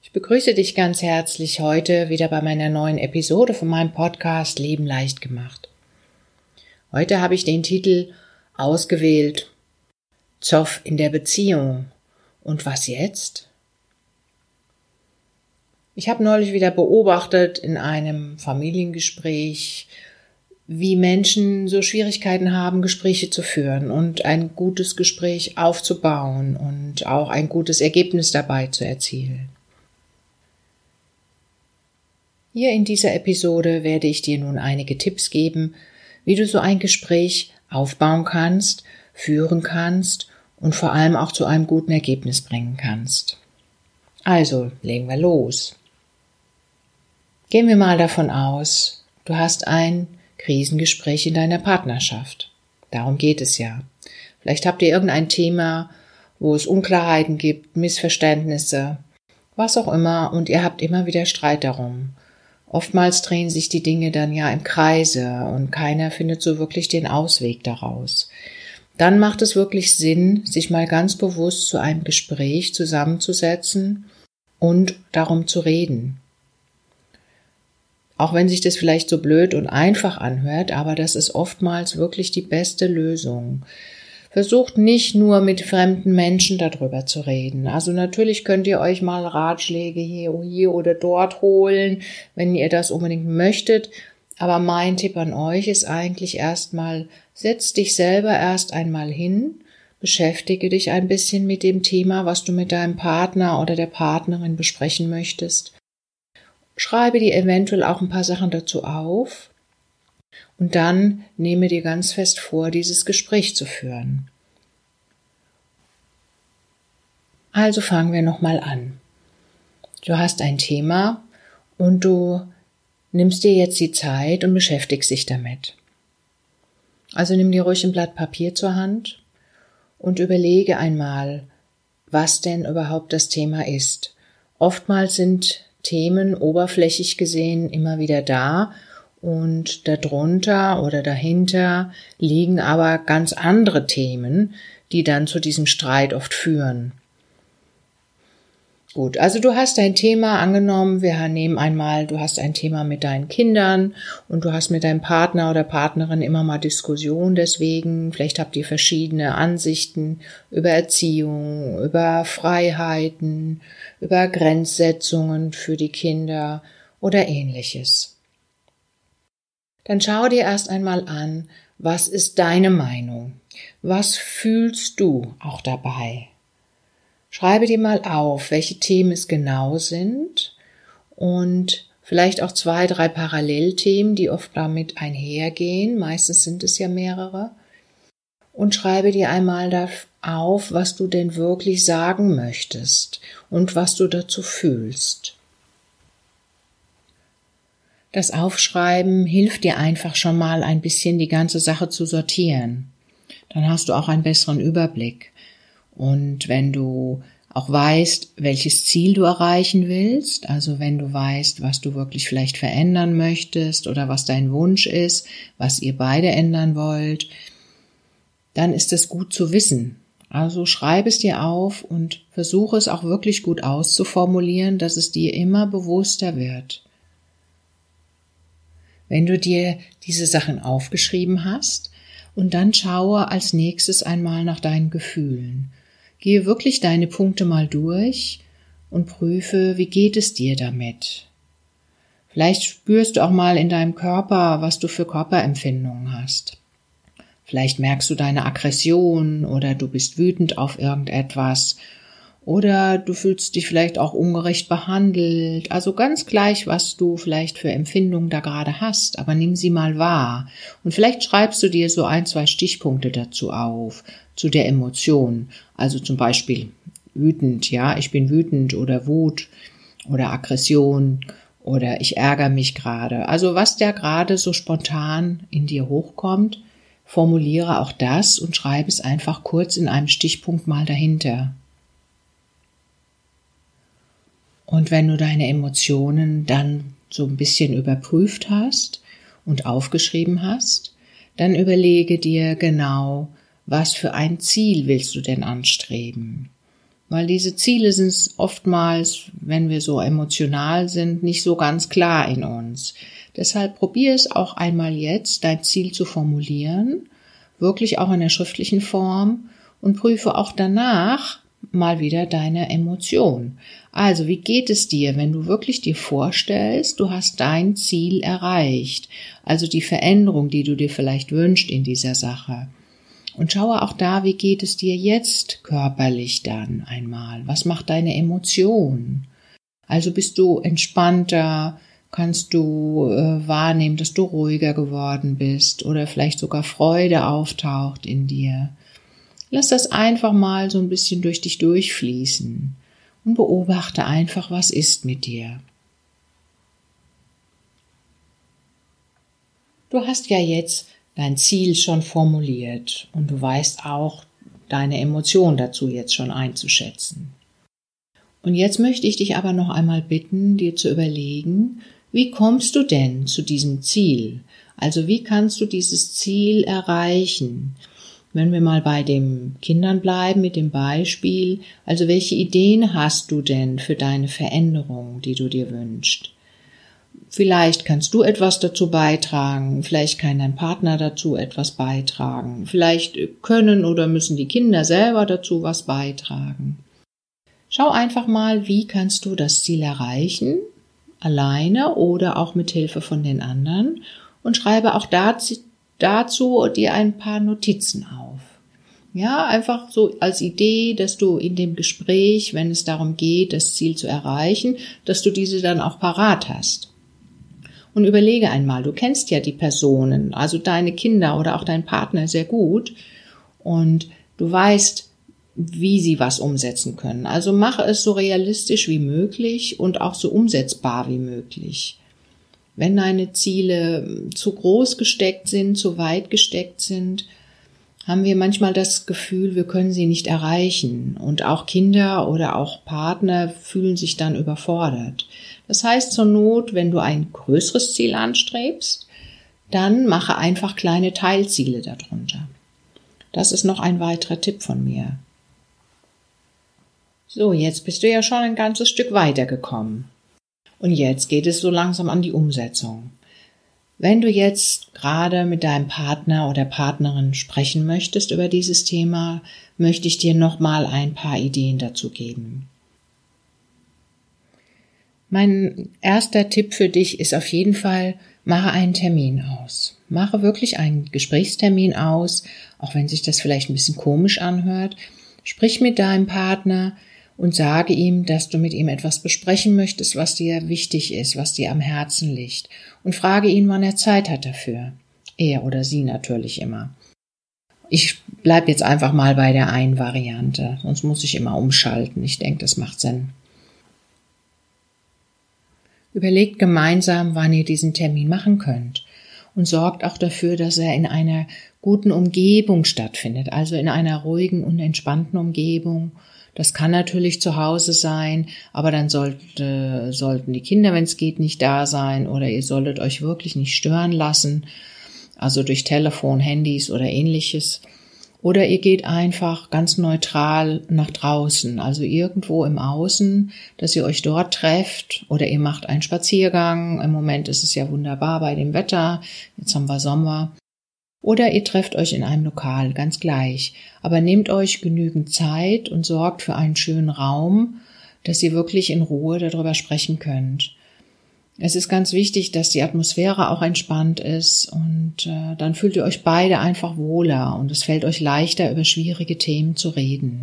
Ich begrüße dich ganz herzlich heute wieder bei meiner neuen Episode von meinem Podcast Leben leicht gemacht. Heute habe ich den Titel ausgewählt: Zoff in der Beziehung. Und was jetzt? Ich habe neulich wieder beobachtet in einem Familiengespräch, wie Menschen so Schwierigkeiten haben, Gespräche zu führen und ein gutes Gespräch aufzubauen und auch ein gutes Ergebnis dabei zu erzielen. Hier in dieser Episode werde ich dir nun einige Tipps geben, wie du so ein Gespräch aufbauen kannst, führen kannst und vor allem auch zu einem guten Ergebnis bringen kannst. Also, legen wir los. Gehen wir mal davon aus, du hast ein Krisengespräch in deiner Partnerschaft. Darum geht es ja. Vielleicht habt ihr irgendein Thema, wo es Unklarheiten gibt, Missverständnisse, was auch immer, und ihr habt immer wieder Streit darum. Oftmals drehen sich die Dinge dann ja im Kreise und keiner findet so wirklich den Ausweg daraus. Dann macht es wirklich Sinn, sich mal ganz bewusst zu einem Gespräch zusammenzusetzen und darum zu reden. Auch wenn sich das vielleicht so blöd und einfach anhört, aber das ist oftmals wirklich die beste Lösung. Versucht nicht nur mit fremden Menschen darüber zu reden. Also natürlich könnt ihr euch mal Ratschläge hier oder dort holen, wenn ihr das unbedingt möchtet. Aber mein Tipp an euch ist eigentlich erstmal, setz dich selber erst einmal hin, beschäftige dich ein bisschen mit dem Thema, was du mit deinem Partner oder der Partnerin besprechen möchtest. Schreibe dir eventuell auch ein paar Sachen dazu auf. Und dann nehme dir ganz fest vor, dieses Gespräch zu führen. Also fangen wir nochmal an. Du hast ein Thema und du nimmst dir jetzt die Zeit und beschäftigst dich damit. Also nimm dir ruhig ein Blatt Papier zur Hand und überlege einmal, was denn überhaupt das Thema ist. Oftmals sind Themen oberflächlich gesehen immer wieder da, und darunter oder dahinter liegen aber ganz andere Themen, die dann zu diesem Streit oft führen. Gut, also du hast ein Thema angenommen, wir nehmen einmal, du hast ein Thema mit deinen Kindern und du hast mit deinem Partner oder Partnerin immer mal Diskussion deswegen, vielleicht habt ihr verschiedene Ansichten über Erziehung, über Freiheiten, über Grenzsetzungen für die Kinder oder Ähnliches. Dann schau dir erst einmal an, was ist deine Meinung? Was fühlst du auch dabei? Schreibe dir mal auf, welche Themen es genau sind und vielleicht auch 2, 3 Parallelthemen, die oft damit einhergehen. Meistens sind es ja mehrere. Und schreibe dir einmal auf, was du denn wirklich sagen möchtest und was du dazu fühlst. Das Aufschreiben hilft dir einfach schon mal ein bisschen die ganze Sache zu sortieren. Dann hast du auch einen besseren Überblick. Und wenn du auch weißt, welches Ziel du erreichen willst, also wenn du weißt, was du wirklich vielleicht verändern möchtest oder was dein Wunsch ist, was ihr beide ändern wollt, dann ist es gut zu wissen. Also schreib es dir auf und versuche es auch wirklich gut auszuformulieren, dass es dir immer bewusster wird. Wenn du dir diese Sachen aufgeschrieben hast und dann schaue als nächstes einmal nach deinen Gefühlen. Gehe wirklich deine Punkte mal durch und prüfe, wie geht es dir damit. Vielleicht spürst du auch mal in deinem Körper, was du für Körperempfindungen hast. Vielleicht merkst du deine Aggression oder du bist wütend auf irgendetwas. Oder du fühlst dich vielleicht auch ungerecht behandelt. Also ganz gleich, was du vielleicht für Empfindungen da gerade hast. Aber nimm sie mal wahr. Und vielleicht schreibst du dir so 1, 2 Stichpunkte dazu auf, zu der Emotion. Also zum Beispiel wütend, ja, ich bin wütend oder Wut oder Aggression oder ich ärgere mich gerade. Also was da gerade so spontan in dir hochkommt, formuliere auch das und schreibe es einfach kurz in einem Stichpunkt mal dahinter. Und wenn du deine Emotionen dann so ein bisschen überprüft hast und aufgeschrieben hast, dann überlege dir genau, was für ein Ziel willst du denn anstreben? Weil diese Ziele sind oftmals, wenn wir so emotional sind, nicht so ganz klar in uns. Deshalb probier es auch einmal jetzt, dein Ziel zu formulieren, wirklich auch in der schriftlichen Form, und prüfe auch danach mal wieder deine Emotion. Also, wie geht es dir, wenn du wirklich dir vorstellst, du hast dein Ziel erreicht, also die Veränderung, die du dir vielleicht wünschst in dieser Sache. Und schaue auch da, wie geht es dir jetzt körperlich dann einmal? Was macht deine Emotion? Also bist du entspannter? Kannst du wahrnehmen, dass du ruhiger geworden bist oder vielleicht sogar Freude auftaucht in dir? Lass das einfach mal so ein bisschen durch dich durchfließen und beobachte einfach, was ist mit dir. Du hast ja jetzt dein Ziel schon formuliert und du weißt auch deine Emotion dazu jetzt schon einzuschätzen. Und jetzt möchte ich dich aber noch einmal bitten, dir zu überlegen, wie kommst du denn zu diesem Ziel? Also wie kannst du dieses Ziel erreichen? Wenn wir mal bei den Kindern bleiben mit dem Beispiel, also welche Ideen hast du denn für deine Veränderung, die du dir wünschst? Vielleicht kannst du etwas dazu beitragen, vielleicht kann dein Partner dazu etwas beitragen, vielleicht können oder müssen die Kinder selber dazu was beitragen. Schau einfach mal, wie kannst du das Ziel erreichen, alleine oder auch mit Hilfe von den anderen, und schreibe auch dazu dir ein paar Notizen auf. Ja, einfach so als Idee, dass du in dem Gespräch, wenn es darum geht, das Ziel zu erreichen, dass du diese dann auch parat hast. Und überlege einmal, du kennst ja die Personen, also deine Kinder oder auch deinen Partner sehr gut, und du weißt, wie sie was umsetzen können. Also mache es so realistisch wie möglich und auch so umsetzbar wie möglich. Wenn deine Ziele zu groß gesteckt sind, zu weit gesteckt sind, haben wir manchmal das Gefühl, wir können sie nicht erreichen. Und auch Kinder oder auch Partner fühlen sich dann überfordert. Das heißt zur Not, wenn du ein größeres Ziel anstrebst, dann mache einfach kleine Teilziele darunter. Das ist noch ein weiterer Tipp von mir. So, jetzt bist du ja schon ein ganzes Stück weitergekommen. Und jetzt geht es so langsam an die Umsetzung. Wenn du jetzt gerade mit deinem Partner oder Partnerin sprechen möchtest über dieses Thema, möchte ich dir nochmal ein paar Ideen dazu geben. Mein erster Tipp für dich ist auf jeden Fall, mache einen Termin aus. Mache wirklich einen Gesprächstermin aus, auch wenn sich das vielleicht ein bisschen komisch anhört. Sprich mit deinem Partner und sage ihm, dass du mit ihm etwas besprechen möchtest, was dir wichtig ist, was dir am Herzen liegt. Und frage ihn, wann er Zeit hat dafür. Er oder sie natürlich immer. Ich bleibe jetzt einfach mal bei der einen Variante, sonst muss ich immer umschalten. Ich denke, das macht Sinn. Überlegt gemeinsam, wann ihr diesen Termin machen könnt. Und sorgt auch dafür, dass er in einer guten Umgebung stattfindet, also in einer ruhigen und entspannten Umgebung. Das kann natürlich zu Hause sein, aber dann sollten die Kinder, wenn es geht, nicht da sein, oder ihr solltet euch wirklich nicht stören lassen, also durch Telefon, Handys oder ähnliches. Oder ihr geht einfach ganz neutral nach draußen, also irgendwo im Außen, dass ihr euch dort trefft, oder ihr macht einen Spaziergang. Im Moment ist es ja wunderbar bei dem Wetter, jetzt haben wir Sommer. Oder ihr trefft euch in einem Lokal, ganz gleich. Aber nehmt euch genügend Zeit und sorgt für einen schönen Raum, dass ihr wirklich in Ruhe darüber sprechen könnt. Es ist ganz wichtig, dass die Atmosphäre auch entspannt ist, und dann fühlt ihr euch beide einfach wohler und es fällt euch leichter, über schwierige Themen zu reden.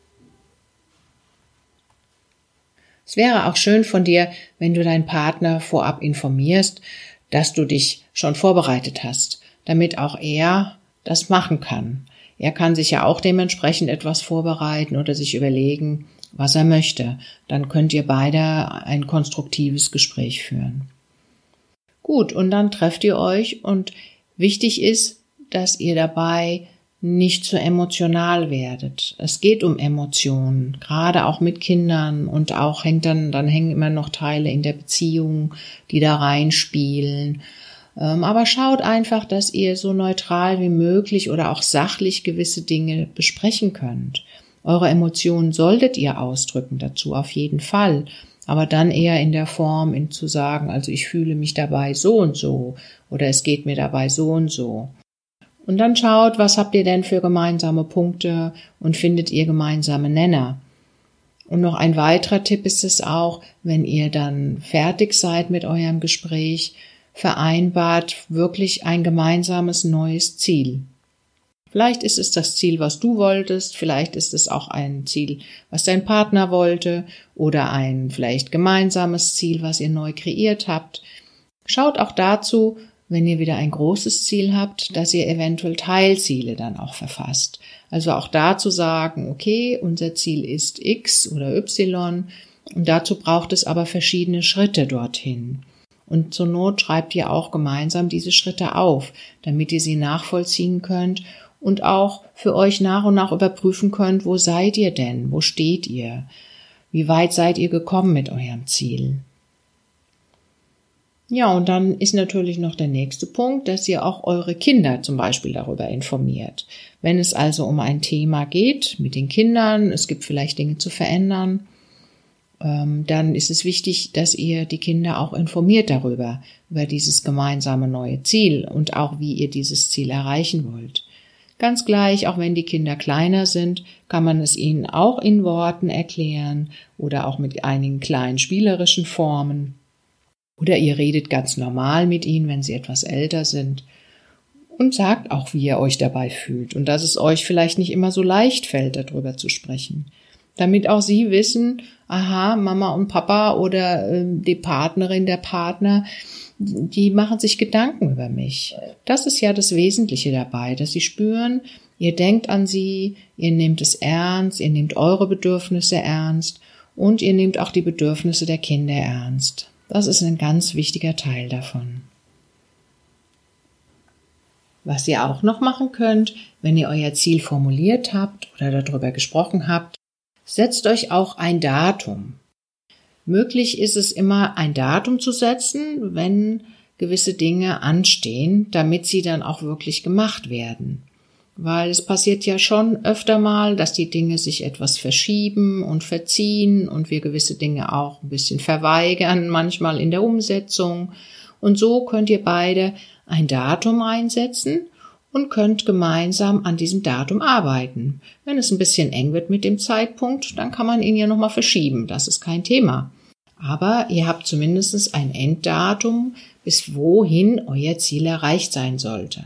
Es wäre auch schön von dir, wenn du deinen Partner vorab informierst, dass du dich schon vorbereitet hast, damit auch er das machen kann. Er kann sich ja auch dementsprechend etwas vorbereiten oder sich überlegen, was er möchte. Dann könnt ihr beide ein konstruktives Gespräch führen. Gut, und dann trefft ihr euch, und wichtig ist, dass ihr dabei nicht zu emotional werdet. Es geht um Emotionen, gerade auch mit Kindern, und auch dann hängen immer noch Teile in der Beziehung, die da reinspielen. Aber schaut einfach, dass ihr so neutral wie möglich oder auch sachlich gewisse Dinge besprechen könnt. Eure Emotionen solltet ihr ausdrücken dazu, auf jeden Fall. Aber dann eher in der Form, zu sagen, also ich fühle mich dabei so und so oder es geht mir dabei so und so. Und dann schaut, was habt ihr denn für gemeinsame Punkte und findet ihr gemeinsame Nenner. Und noch ein weiterer Tipp ist es auch, wenn ihr dann fertig seid mit eurem Gespräch, vereinbart wirklich ein gemeinsames neues Ziel. Vielleicht ist es das Ziel, was du wolltest, vielleicht ist es auch ein Ziel, was dein Partner wollte oder ein vielleicht gemeinsames Ziel, was ihr neu kreiert habt. Schaut auch dazu, wenn ihr wieder ein großes Ziel habt, dass ihr eventuell Teilziele dann auch verfasst. Also auch dazu sagen, okay, unser Ziel ist X oder Y und dazu braucht es aber verschiedene Schritte dorthin. Und zur Not schreibt ihr auch gemeinsam diese Schritte auf, damit ihr sie nachvollziehen könnt und auch für euch nach und nach überprüfen könnt, wo seid ihr denn, wo steht ihr, wie weit seid ihr gekommen mit eurem Ziel. Ja, und dann ist natürlich noch der nächste Punkt, dass ihr auch eure Kinder zum Beispiel darüber informiert. Wenn es also um ein Thema geht mit den Kindern, es gibt vielleicht Dinge zu verändern, dann ist es wichtig, dass ihr die Kinder auch informiert darüber, über dieses gemeinsame neue Ziel und auch wie ihr dieses Ziel erreichen wollt. Ganz gleich, auch wenn die Kinder kleiner sind, kann man es ihnen auch in Worten erklären oder auch mit einigen kleinen spielerischen Formen. Oder ihr redet ganz normal mit ihnen, wenn sie etwas älter sind und sagt auch, wie ihr euch dabei fühlt und dass es euch vielleicht nicht immer so leicht fällt, darüber zu sprechen. Damit auch sie wissen, aha, Mama und Papa oder die Partnerin, der Partner, die machen sich Gedanken über mich. Das ist ja das Wesentliche dabei, dass sie spüren, ihr denkt an sie, ihr nehmt es ernst, ihr nehmt eure Bedürfnisse ernst und ihr nehmt auch die Bedürfnisse der Kinder ernst. Das ist ein ganz wichtiger Teil davon. Was ihr auch noch machen könnt, wenn ihr euer Ziel formuliert habt oder darüber gesprochen habt, setzt euch auch ein Datum. Möglich ist es immer, ein Datum zu setzen, wenn gewisse Dinge anstehen, damit sie dann auch wirklich gemacht werden. Weil es passiert ja schon öfter mal, dass die Dinge sich etwas verschieben und verziehen und wir gewisse Dinge auch ein bisschen verweigern, manchmal in der Umsetzung. Und so könnt ihr beide ein Datum einsetzen und könnt gemeinsam an diesem Datum arbeiten. Wenn es ein bisschen eng wird mit dem Zeitpunkt, dann kann man ihn ja nochmal verschieben. Das ist kein Thema. Aber ihr habt zumindest ein Enddatum, bis wohin euer Ziel erreicht sein sollte.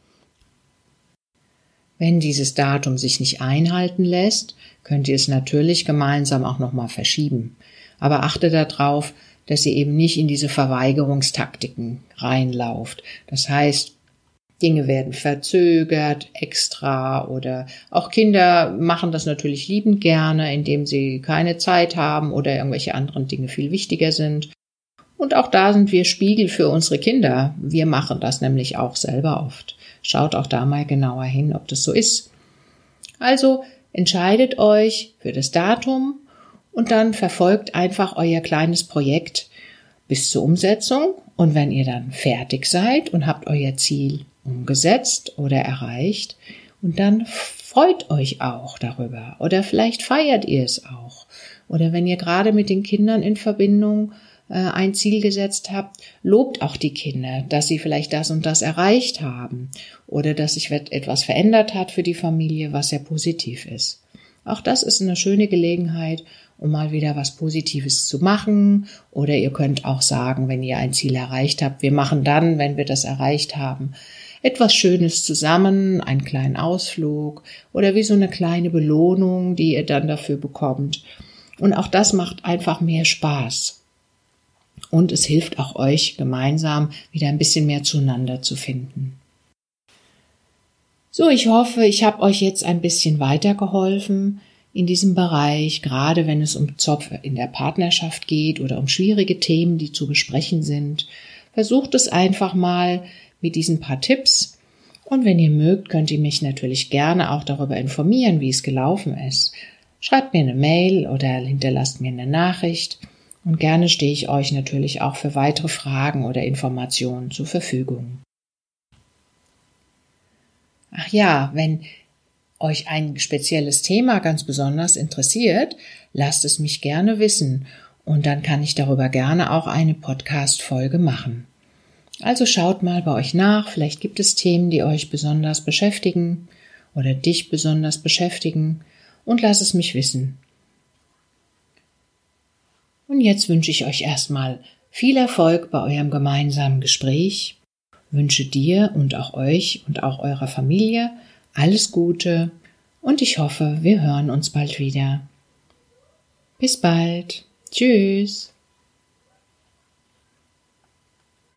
Wenn dieses Datum sich nicht einhalten lässt, könnt ihr es natürlich gemeinsam auch nochmal verschieben. Aber achtet darauf, dass ihr eben nicht in diese Verweigerungstaktiken reinlauft. Das heißt, Dinge werden verzögert, extra oder auch Kinder machen das natürlich liebend gerne, indem sie keine Zeit haben oder irgendwelche anderen Dinge viel wichtiger sind. Und auch da sind wir Spiegel für unsere Kinder. Wir machen das nämlich auch selber oft. Schaut auch da mal genauer hin, ob das so ist. Also entscheidet euch für das Datum und dann verfolgt einfach euer kleines Projekt bis zur Umsetzung. Und wenn ihr dann fertig seid und habt euer Ziel umgesetzt oder erreicht, und dann freut euch auch darüber oder vielleicht feiert ihr es auch. Oder wenn ihr gerade mit den Kindern in Verbindung ein Ziel gesetzt habt, lobt auch die Kinder, dass sie vielleicht das und das erreicht haben oder dass sich etwas verändert hat für die Familie, was sehr positiv ist. Auch das ist eine schöne Gelegenheit, um mal wieder was Positives zu machen. Oder ihr könnt auch sagen, wenn ihr ein Ziel erreicht habt, wir machen dann, wenn wir das erreicht haben, etwas Schönes zusammen, einen kleinen Ausflug oder wie so eine kleine Belohnung, die ihr dann dafür bekommt. Und auch das macht einfach mehr Spaß. Und es hilft auch euch, gemeinsam wieder ein bisschen mehr zueinander zu finden. So, ich hoffe, ich habe euch jetzt ein bisschen weitergeholfen in diesem Bereich, gerade wenn es um Zopf in der Partnerschaft geht oder um schwierige Themen, die zu besprechen sind. Versucht es einfach mal mit diesen paar Tipps. Und wenn ihr mögt, könnt ihr mich natürlich gerne auch darüber informieren, wie es gelaufen ist. Schreibt mir eine Mail oder hinterlasst mir eine Nachricht. Und gerne stehe ich euch natürlich auch für weitere Fragen oder Informationen zur Verfügung. Ach ja, wenn euch ein spezielles Thema ganz besonders interessiert, lasst es mich gerne wissen und dann kann ich darüber gerne auch eine Podcast-Folge machen. Also schaut mal bei euch nach, vielleicht gibt es Themen, die euch besonders beschäftigen oder dich besonders beschäftigen und lasst es mich wissen. Und jetzt wünsche ich euch erstmal viel Erfolg bei eurem gemeinsamen Gespräch, wünsche dir und auch euch und auch eurer Familie alles Gute und ich hoffe, wir hören uns bald wieder. Bis bald. Tschüss.